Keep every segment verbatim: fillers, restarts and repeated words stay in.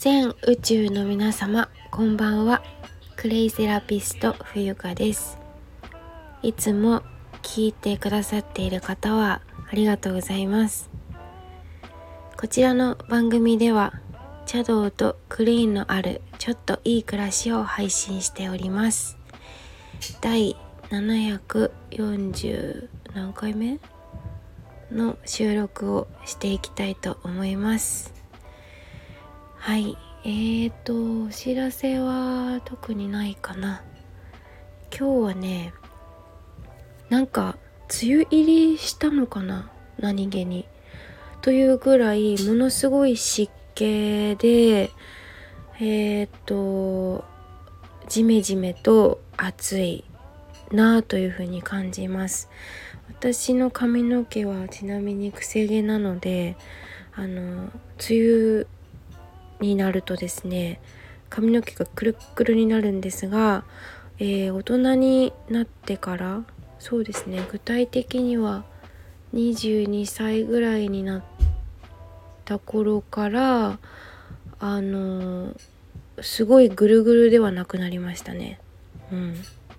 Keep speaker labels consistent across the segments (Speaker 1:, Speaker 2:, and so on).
Speaker 1: 全宇宙の皆様、こんばんは。クレイセラピスト冬香です。いつも聞いてくださっている方はありがとうございます。こちらの番組では茶道とクリーンのあるちょっといい暮らしを配信しております。だいななひゃくよんじゅう何回目の収録をしていきたいと思います。はい、えーとお知らせは特にないかな。今日はね、なんか梅雨入りしたのかな、何気にというぐらいものすごい湿気で、えーとジメジメと暑いなというふうに感じます。私の髪の毛はちなみにくせ毛なので、あの梅雨になるとですね、髪の毛がくるっくるになるんですが、えー、大人になってから、そうですね、具体的にはにじゅうにさいぐらいになった頃からあのー、すごいぐるぐるではなくなりましたね。うん。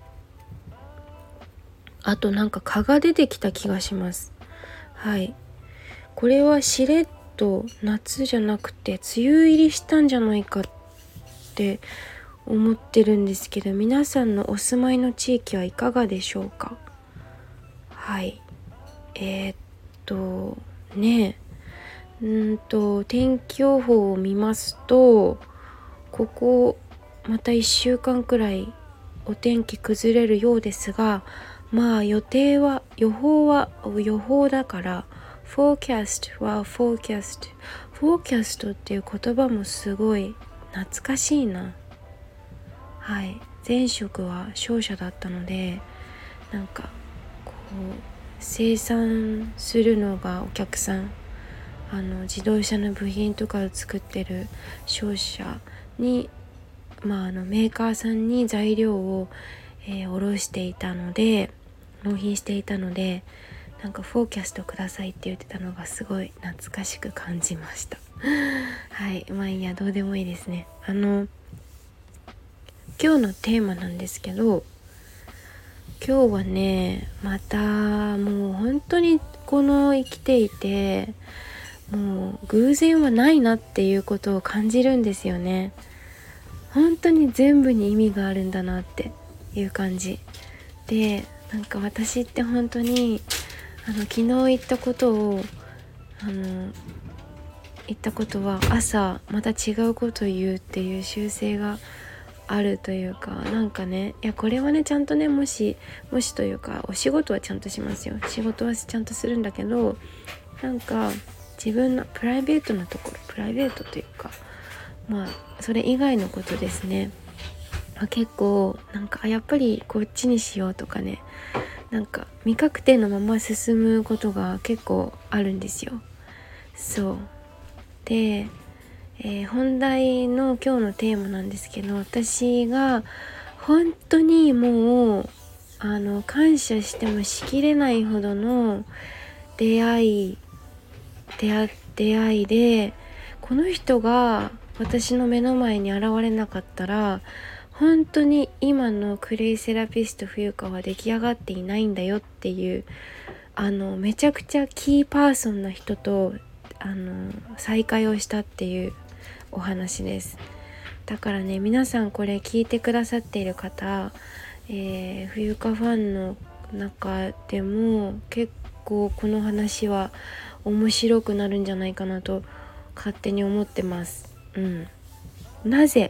Speaker 1: あとなんか蚊が出てきた気がします。はい。これはしれっと夏じゃなくて梅雨入りしたんじゃないかって思ってるんですけど、皆さんのお住まいの地域はいかがでしょうか。はい。えー、っとねうんと天気予報を見ますと、ここまたいっしゅうかんくらいお天気崩れるようですが、まあ予定は予報は予報だから、forecast は forecast forecast っていう言葉もすごい懐かしいな。はい、前職は商社だったので、なんかこう生産するのがお客さん、あの自動車の部品とかを作ってる商社に、まあ、あのメーカーさんに材料を、えー、卸していたので納品していたので、なんかフォーキャストくださいって言ってたのがすごい懐かしく感じましたはい、まあいいや、どうでもいいですね。あの今日のテーマなんですけど、今日はね、またもう本当にこの生きていて、もう偶然はないなっていうことを感じるんですよね。本当に全部に意味があるんだなっていう感じで、なんか私って本当にあの昨日言ったことをあの言ったことは朝また違うことを言うっていう習性があるというか、なんかね、いやこれはねちゃんとね、もしもしというかお仕事はちゃんとしますよ。仕事はちゃんとするんだけど、なんか自分のプライベートなところ、プライベートというか、まあそれ以外のことですね、あ結構なんかやっぱりこっちにしようとかね、なんか未確定のまま進むことが結構あるんですよ。そうで、えー、本題の今日のテーマなんですけど、私が本当にもうあの感謝してもしきれないほどの出会い出会出会いで、この人が私の目の前に現れなかったら本当に今のクレイセラピスト冬香は出来上がっていないんだよっていう、あのめちゃくちゃキーパーソンな人とあの再会をしたっていうお話です。だからね、皆さんこれ聞いてくださっている方、えー、冬香ファンの中でも結構この話は面白くなるんじゃないかなと勝手に思ってます。うん。なぜ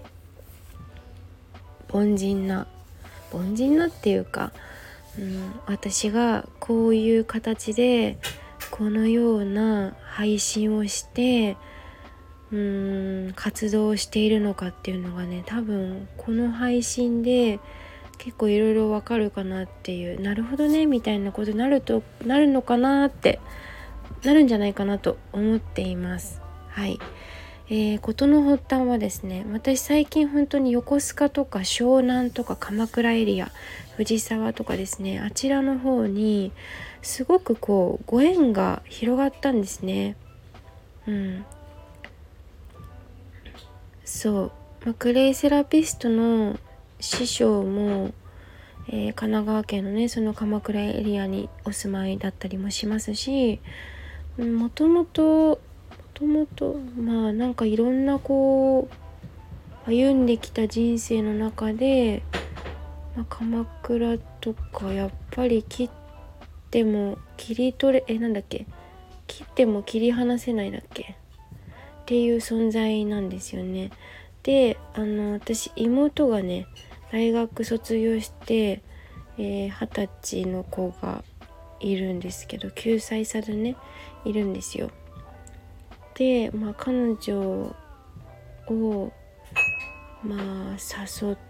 Speaker 1: 凡人な凡人なっていうか、うん、私がこういう形でこのような配信をしてうーん活動をしているのかっていうのがね、多分この配信で結構いろいろわかるかなっていう、なるほどねみたいなことになるとなるのかなってなるんじゃないかなと思っています。はい。えー、事の発端はですね、私最近本当に横須賀とか湘南とか鎌倉エリア、藤沢とかですね、あちらの方にすごくこうご縁が広がったんですね。うん。 そう、まあ、クレイセラピストの師匠も、えー、神奈川県のねその鎌倉エリアにお住まいだったりもしますし、もともともともとまあなんかいろんなこう歩んできた人生の中で、まあ、鎌倉とかやっぱり切っても切り取れえなんだっけ切っても切り離せないだっけっていう存在なんですよね。で、あの私妹がね大学卒業してえー、はたちの子がいるんですけど、きゅうさい差でねいるんですよ。で、まあ、彼女をまあ誘って、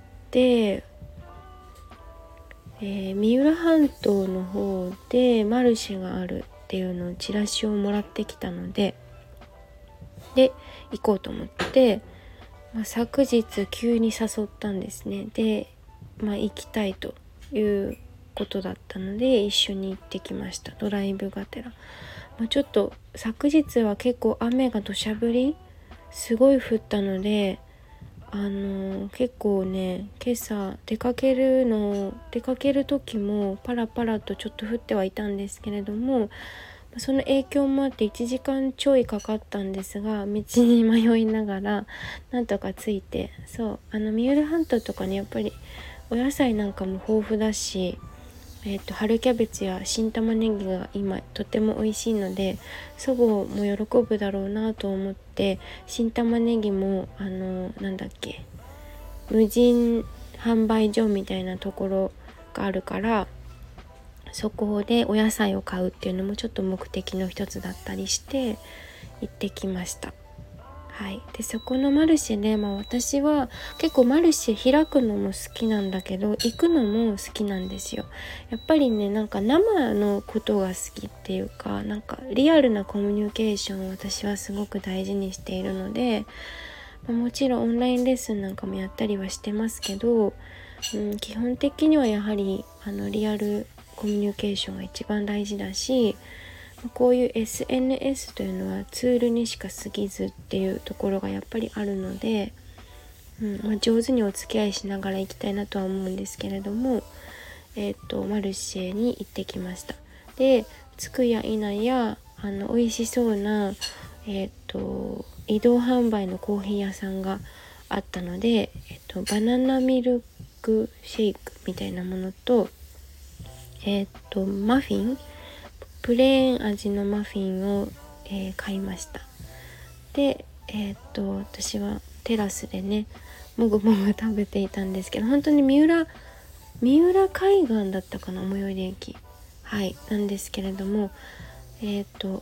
Speaker 1: えー、三浦半島の方でマルシェがあるっていうのをチラシをもらってきたのでで行こうと思って、まあ、昨日急に誘ったんですね。で、まあ、行きたいということだったので一緒に行ってきました。ドライブがてら、まあ、ちょっと昨日は結構雨が土砂降りすごい降ったので、あのー、結構ね今朝出かけるの出かける時もパラパラとちょっと降ってはいたんですけれども、その影響もあっていちじかんちょいかかったんですが、道に迷いながらなんとかついて、そうあの三浦半島とかねやっぱりお野菜なんかも豊富だし、えー、と春キャベツや新玉ねぎが今とても美味しいので祖母も喜ぶだろうなと思って、新玉ねぎもあのなんだっけ無人販売所みたいなところがあるからそこでお野菜を買うっていうのもちょっと目的の一つだったりして行ってきました。はい、でそこのマルシェで、まあ、私は結構マルシェ開くのも好きなんだけど行くのも好きなんですよ。やっぱりねなんか生のことが好きっていうか、なんかリアルなコミュニケーションを私はすごく大事にしているので、まあ、もちろんオンラインレッスンなんかもやったりはしてますけど、うん、基本的にはやはりあのリアルコミュニケーションが一番大事だし、こういう エスエヌエス というのはツールにしか過ぎずっていうところがやっぱりあるので、うんまあ、上手にお付き合いしながら行きたいなとは思うんですけれども、えー、とマルシェに行ってきました。で着くや否やあの美味しそうな、えー、と移動販売のコーヒー屋さんがあったので、えー、とバナナミルクシェイクみたいなものと、えー、とマフィンプレーン味のマフィンを、えー、買いました。で、えー、っと私はテラスでねもぐもぐ食べていたんですけど、本当に三浦三浦海岸だったかな、最寄り駅はいなんですけれども、えー、っと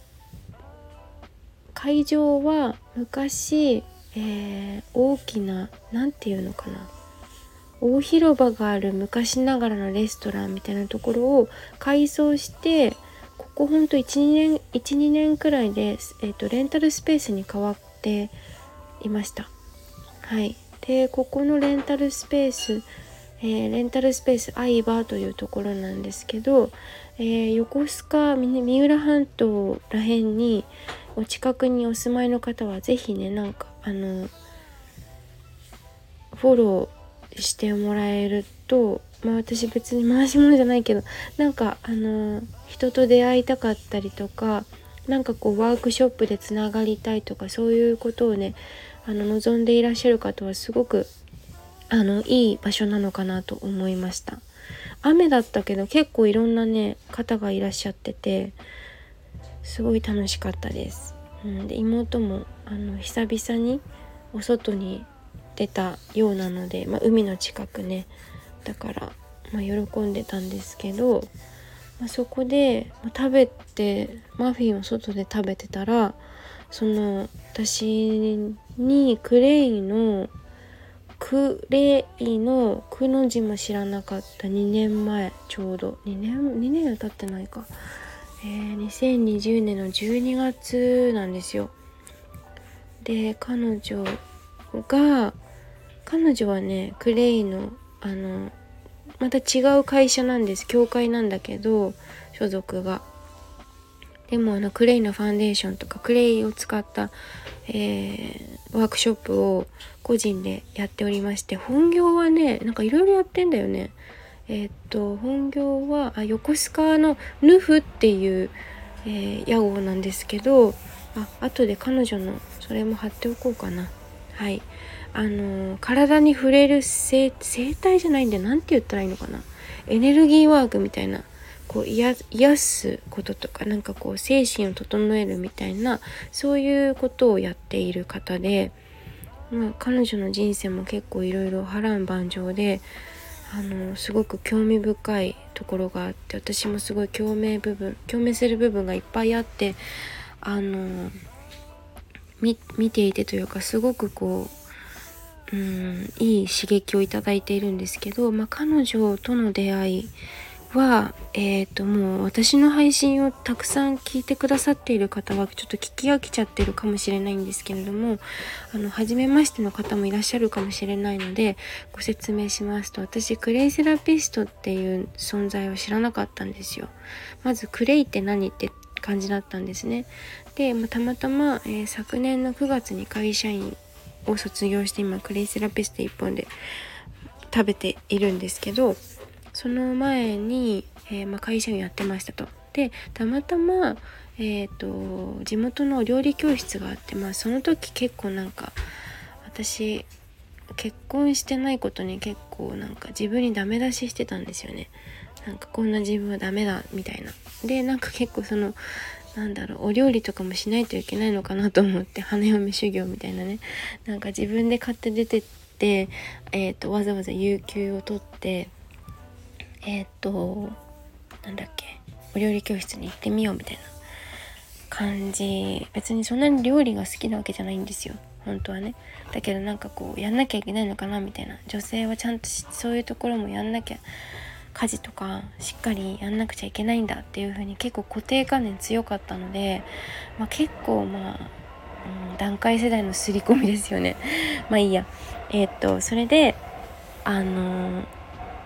Speaker 1: 会場は昔、えー、大きななんていうのかな大広場がある昔ながらのレストランみたいなところを改装して、ここほんといちにねんいちにねんくらいで、えー、とレンタルスペースに変わっていました。はい。でここのレンタルスペース、えー、レンタルスペースアイバーというところなんですけど、えー、横須賀三浦半島らへんにお近くにお住まいの方はぜひねなんかあのフォローしてもらえると、まあ私別に回し物じゃないけどなんかあの人と出会いたかったりとか、なんかこうワークショップでつながりたいとかそういうことをねあの望んでいらっしゃる方はすごくあのいい場所なのかなと思いました。雨だったけど結構いろんなね方がいらっしゃっててすごい楽しかったです。うん、で妹もあの久々にお外に出たようなので、まあ、海の近くねだから、まあ、喜んでたんですけど、まあ、そこで、まあ、食べてマフィンを外で食べてたらその私にクレイのクレイのくの字も知らなかったにねんまえ、ちょうど2年2年は経ってないか、えー、にせんにじゅうねんのじゅうにがつなんですよ。で彼女が彼女はねクレイのあのまた違う会社なんです。協会なんだけど所属がでもあのクレイのファンデーションとかクレイを使った、えー、ワークショップを個人でやっておりまして、本業はねなんかいろいろやってんだよね。えー、っと本業はあ横須賀のヌフっていう、えー、屋号なんですけど、あ後で彼女のそれも貼っておこうかな。はい、あのー、体に触れる生態じゃないんで、なんて言ったらいいのかな、エネルギーワークみたいな、こう癒すこととか、なんかこう精神を整えるみたいな、そういうことをやっている方で、まあ、彼女の人生も結構いろいろ波乱万丈で、あのすごく興味深いところがあって、私もすごい共鳴部分共鳴する部分がいっぱいあって、あの見ていてというか、すごくこう、うん、いい刺激をいただいているんですけど、まあ、彼女との出会いは、えーと、もう私の配信をたくさん聞いてくださっている方はちょっと聞き飽きちゃってるかもしれないんですけれども、あの初めましての方もいらっしゃるかもしれないのでご説明しますと、私クレイセラピストっていう存在を知らなかったんですよ。まずクレイって何って感じだったんですね。で、まあ、たまたま、えー、昨年のくがつに会社員を卒業して、今クレイセラピスト一本で食べているんですけど、その前に、えーまあ、会社員やってましたと。でたまたま、えーと、地元の料理教室があって、まあ、その時結構なんか私結婚してないことに結構なんか自分にダメ出ししてたんですよね。なんかこんな自分はダメだみたいな。でなんか結構そのなんだろうお料理とかもしないといけないのかなと思って、花嫁修行みたいなね、なんか自分で買って出てって、えーと、わざわざ有給を取ってえっとなんだっけお料理教室に行ってみようみたいな感じ。別にそんなに料理が好きなわけじゃないんですよ本当はね。だけどなんかこうやんなきゃいけないのかなみたいな、女性はちゃんとそういうところもやんなきゃ、家事とかしっかりやんなくちゃいけないんだっていう風に結構固定観念強かったので、まあ、結構まあ、うん、段階世代の刷り込みですよねまあいいや。えっとそれであのー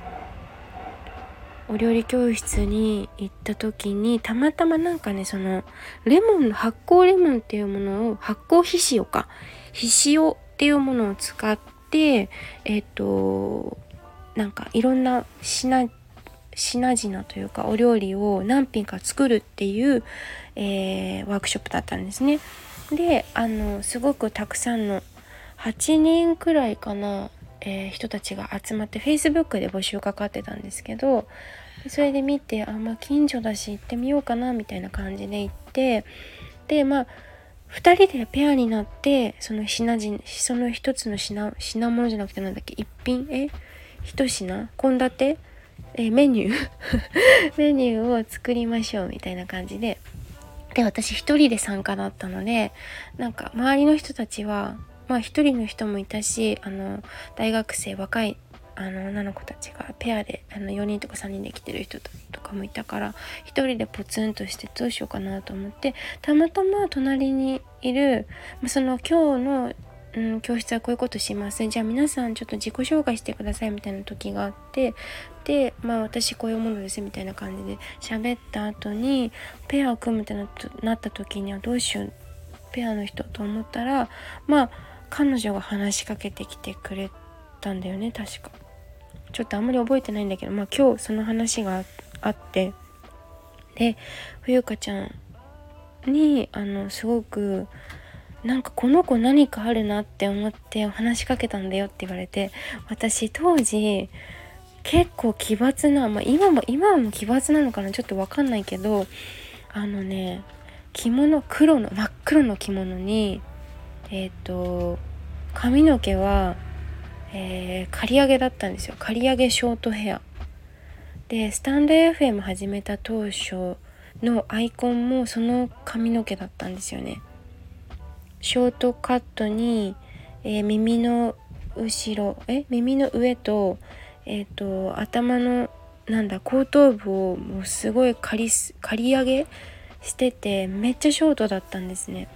Speaker 1: お料理教室に行った時にたまたまなんかね、そのレモン発酵レモンっていうものを、発酵ひしおかひしおっていうものを使ってえっとなんかいろんな品品々というかお料理を何品か作るっていう、えー、ワークショップだったんですね。であのすごくたくさんのはちにんくらいかな、えー、人たちが集まって Facebook で募集かかってたんですけど、それで見て、あまあ近所だし行ってみようかなみたいな感じで行って、でまあふたりでペアになってその品々その一つの品品物じゃなくてなんだっけ一品え一品献立えメニューメニューを作りましょうみたいな感じで、で私一人で参加だったので、なんか周りの人たちはまあ一人の人もいたし、あの大学生若いあの女の子たちがペアであのよにんとかさんにんで来てる人とかもいたから、一人でポツンとしてどうしようかなと思って、たまたま隣にいるその今日の、うん、教室はこういうことします、じゃあ皆さんちょっと自己紹介してくださいみたいな時があって、でまあ私こういうものですみたいな感じで喋った後にペアを組むってなった時にはどうしようペアの人と思ったら、まあ彼女が話しかけてきてくれたんだよね確か。ちょっとあんまり覚えてないんだけど、まあ今日その話があって、で冬香ちゃんにあのすごくなんかこの子何かあるなって思って話しかけたんだよって言われて、私当時結構奇抜な、まあ今も今も奇抜なのかなちょっとわかんないけど、あのね着物黒の真っ黒の着物にえっと髪の毛はえー、刈り上げだったんですよ。刈り上げショートヘアで、スタンド エフエム 始めた当初のアイコンもその髪の毛だったんですよね。ショートカットに、えー、耳の後ろえ耳の上と,、えー、と頭のなんだ後頭部をもうすごい刈り刈り上げしてて、めっちゃショートだったんですね。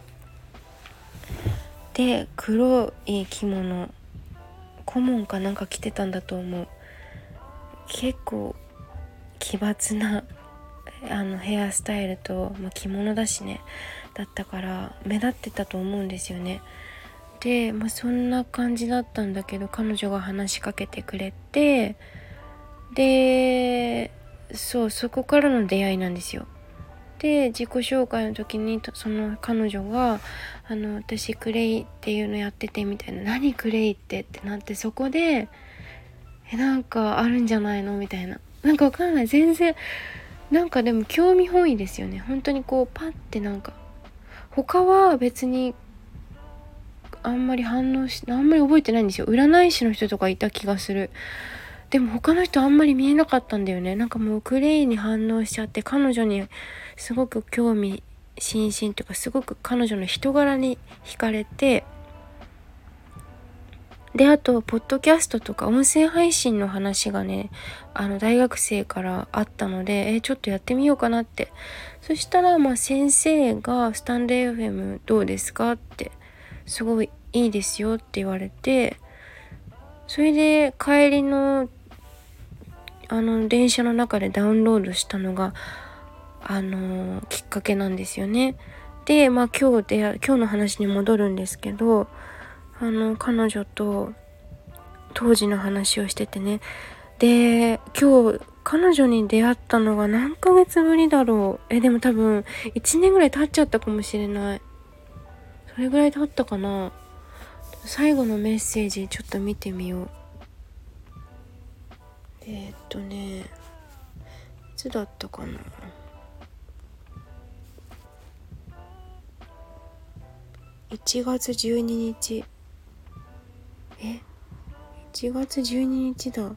Speaker 1: で黒い着物顧問かなんか着てたんだと思う。結構奇抜なあのヘアスタイルと、まあ、着物だしねだったから目立ってたと思うんですよね。 で、まあ、そんな感じだったんだけど、彼女が話しかけてくれて、でそうそこからの出会いなんですよ。で自己紹介の時にその彼女が「あの私クレイっていうのやってて」みたいな「何クレイって?」ってなって、そこで「えなんかあるんじゃないの?」みたいな、なんかわかんない、全然なんかでも興味本位ですよね。本当にこうパッて、なんか他は別にあんまり反応しあんまり覚えてないんですよ。占い師の人とかいた気がする。でも他の人あんまり見えなかったんだよね。なんかもうクレイに反応しちゃって、彼女にすごく興味津々というか、すごく彼女の人柄に惹かれて、であとポッドキャストとか音声配信の話がね、あの大学生からあったので、えちょっとやってみようかなって。そしたらまあ先生がスタンド エフエム どうですかって、すごいいいですよって言われて、それで帰りのあの電車の中でダウンロードしたのがあのきっかけなんですよね。でまあ今日で今日の話に戻るんですけど、あの彼女と当時の話をしててね、で今日彼女に出会ったのが何ヶ月ぶりだろう。えでも多分いちねんぐらい経っちゃったかもしれない。それぐらい経ったかな。最後のメッセージちょっと見てみよう。えー、っとねいつだったかな。いちがつじゅうににち。えいちがつじゅうににちだ。やっ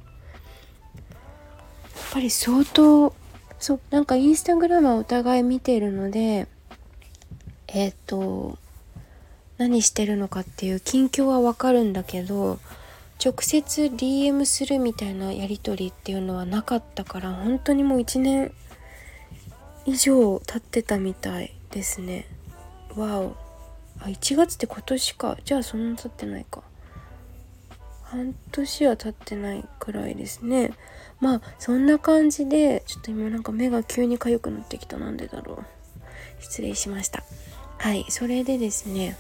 Speaker 1: ぱり相当、そうなんかインスタグラムはお互い見てるので、えっと何してるのかっていう近況はわかるんだけど、直接 ディーエム するみたいなやり取りっていうのはなかったから、本当にもういちねん以上経ってたみたいですね。わお。あ、いちがつって今年か。じゃあそんな経ってないか。半年は経ってないくらいですね。まあそんな感じで、ちょっと今なんか目が急に痒くなってきた。なんでだろう。失礼しました。はい、それでですね。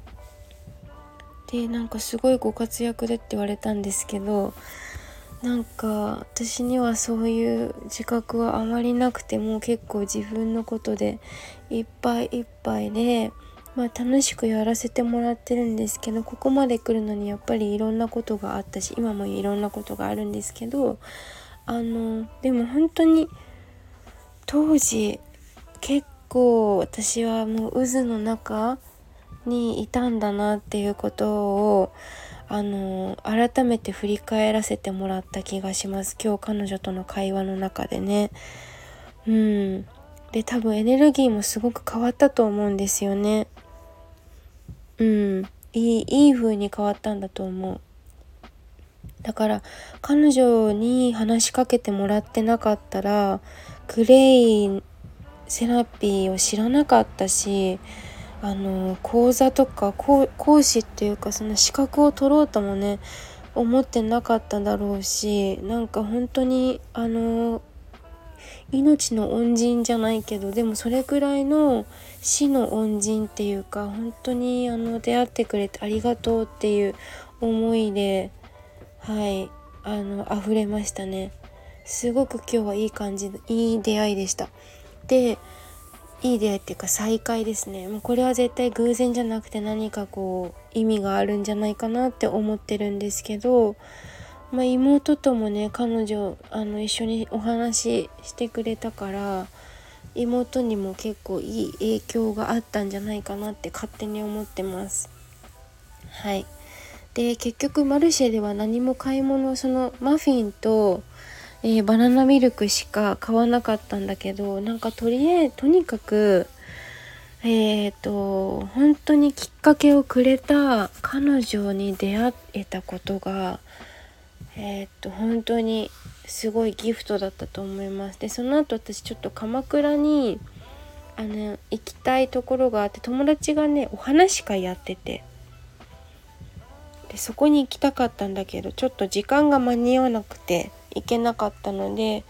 Speaker 1: でなんかすごいご活躍でって言われたんですけど、なんか私にはそういう自覚はあまりなくて、もう結構自分のことでいっぱいいっぱいで、まあ楽しくやらせてもらってるんですけど、ここまで来るのにやっぱりいろんなことがあったし、今もいろんなことがあるんですけど、あのでも本当に当時結構私はもう渦の中にいたんだなっていうことをあの改めて振り返らせてもらった気がします。今日彼女との会話の中でね。うんで多分エネルギーもすごく変わったと思うんですよね。うんいいいい風に変わったんだと思う。だから彼女に話しかけてもらってなかったらクレイセラピーを知らなかったし、あの講座とか講師っていうかその資格を取ろうともね思ってなかっただろうし、なんか本当にあの命の恩人じゃないけど、でもそれくらいの死の恩人っていうか、本当にあの出会ってくれてありがとうっていう思いで、はいあの溢れましたね。すごく今日はいい感じ、いい出会いでした。でいい出会いっていうか再会ですね。もうこれは絶対偶然じゃなくて何かこう意味があるんじゃないかなって思ってるんですけど、まあ、妹ともね彼女あの一緒にお話ししてくれたから、妹にも結構いい影響があったんじゃないかなって勝手に思ってます。はい。で結局マルシェでは何も買い物、そのマフィンとえー、バナナミルクしか買わなかったんだけど、なんかとりあえずとにかくえーと本当にきっかけをくれた彼女に出会えたことがえーと本当にすごいギフトだったと思います。でその後私ちょっと鎌倉にあの行きたいところがあって、友達がねお話会やってて、でそこに行きたかったんだけどちょっと時間が間に合わなくて行けなかったので、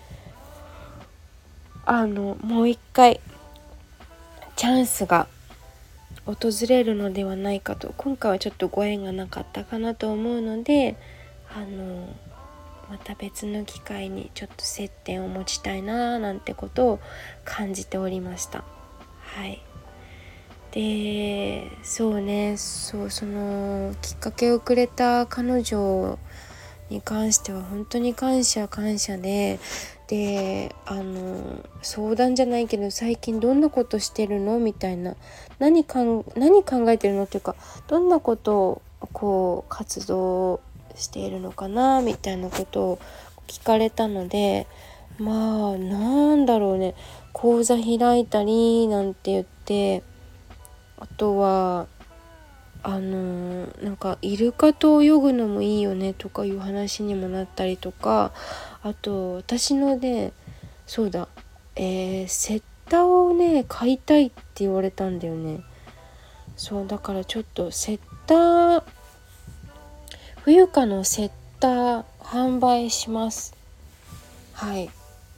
Speaker 1: あのもう一回チャンスが訪れるのではないかと。今回はちょっとご縁がなかったかなと思うので、あのまた別の機会にちょっと接点を持ちたいななんてことを感じておりました。はい。で、そうね、そうそのきっかけをくれた彼女に関しては本当に感謝感謝で、であの相談じゃないけど、最近どんなことしてるのみたいな、何かん何考えてるのっていうか、どんなことをこう活動しているのかなみたいなことを聞かれたので、まあなんだろうね、講座開いたりなんて言って、あとはあのー、なんかイルカと泳ぐのもいいよねとかいう話にもなったりとか、あと私のね、そうだ、えー、セッターをね買いたいって言われたんだよね。そうだからちょっとセッター、冬香のセッター販売します。はい。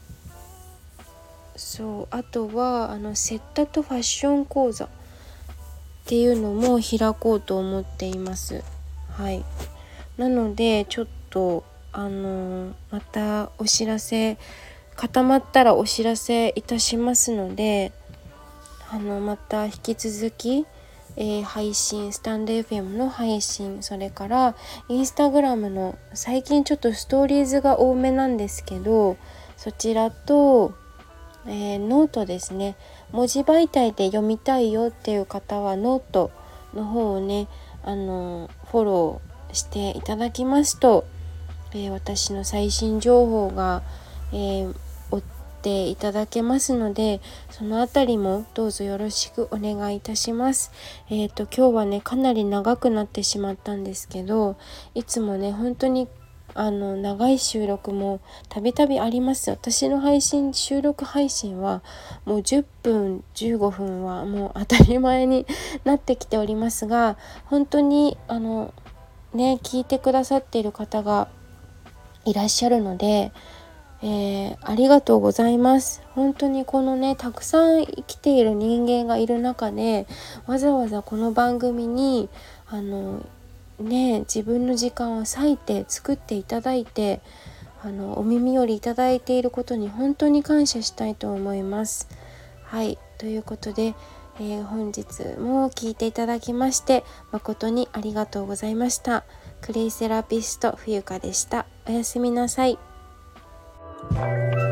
Speaker 1: そう、あとはあのセッターとファッション講座っていうのも開こうと思っています。はい。なのでちょっとあのまたお知らせ固まったらお知らせいたしますので、あのまた引き続き、えー、配信、スタンド エフエム の配信、それからインスタグラムの最近ちょっとストーリーズが多めなんですけど、そちらと、えー、ノートですね、文字媒体で読みたいよっていう方はノートの方をね、あのフォローしていただきますと、えー、私の最新情報が、えー、追っていただけますので、そのあたりもどうぞよろしくお願いいたします。えーと今日はねかなり長くなってしまったんですけど、いつもね本当にあの長い収録もたびたびあります。私の配信収録配信はもうじゅっぷんじゅうごふんはもう当たり前になってきておりますが、本当にあのね聞いてくださっている方がいらっしゃるので、えー、ありがとうございます。本当にこのねたくさん生きている人間がいる中で、わざわざこの番組にあのね自分の時間を割いて作っていただいて、あのお耳寄りいただいていることに本当に感謝したいと思います。はい、ということで、えー、本日も聞いていただきまして誠にありがとうございました。クレイセラピスト冬香でした。おやすみなさい。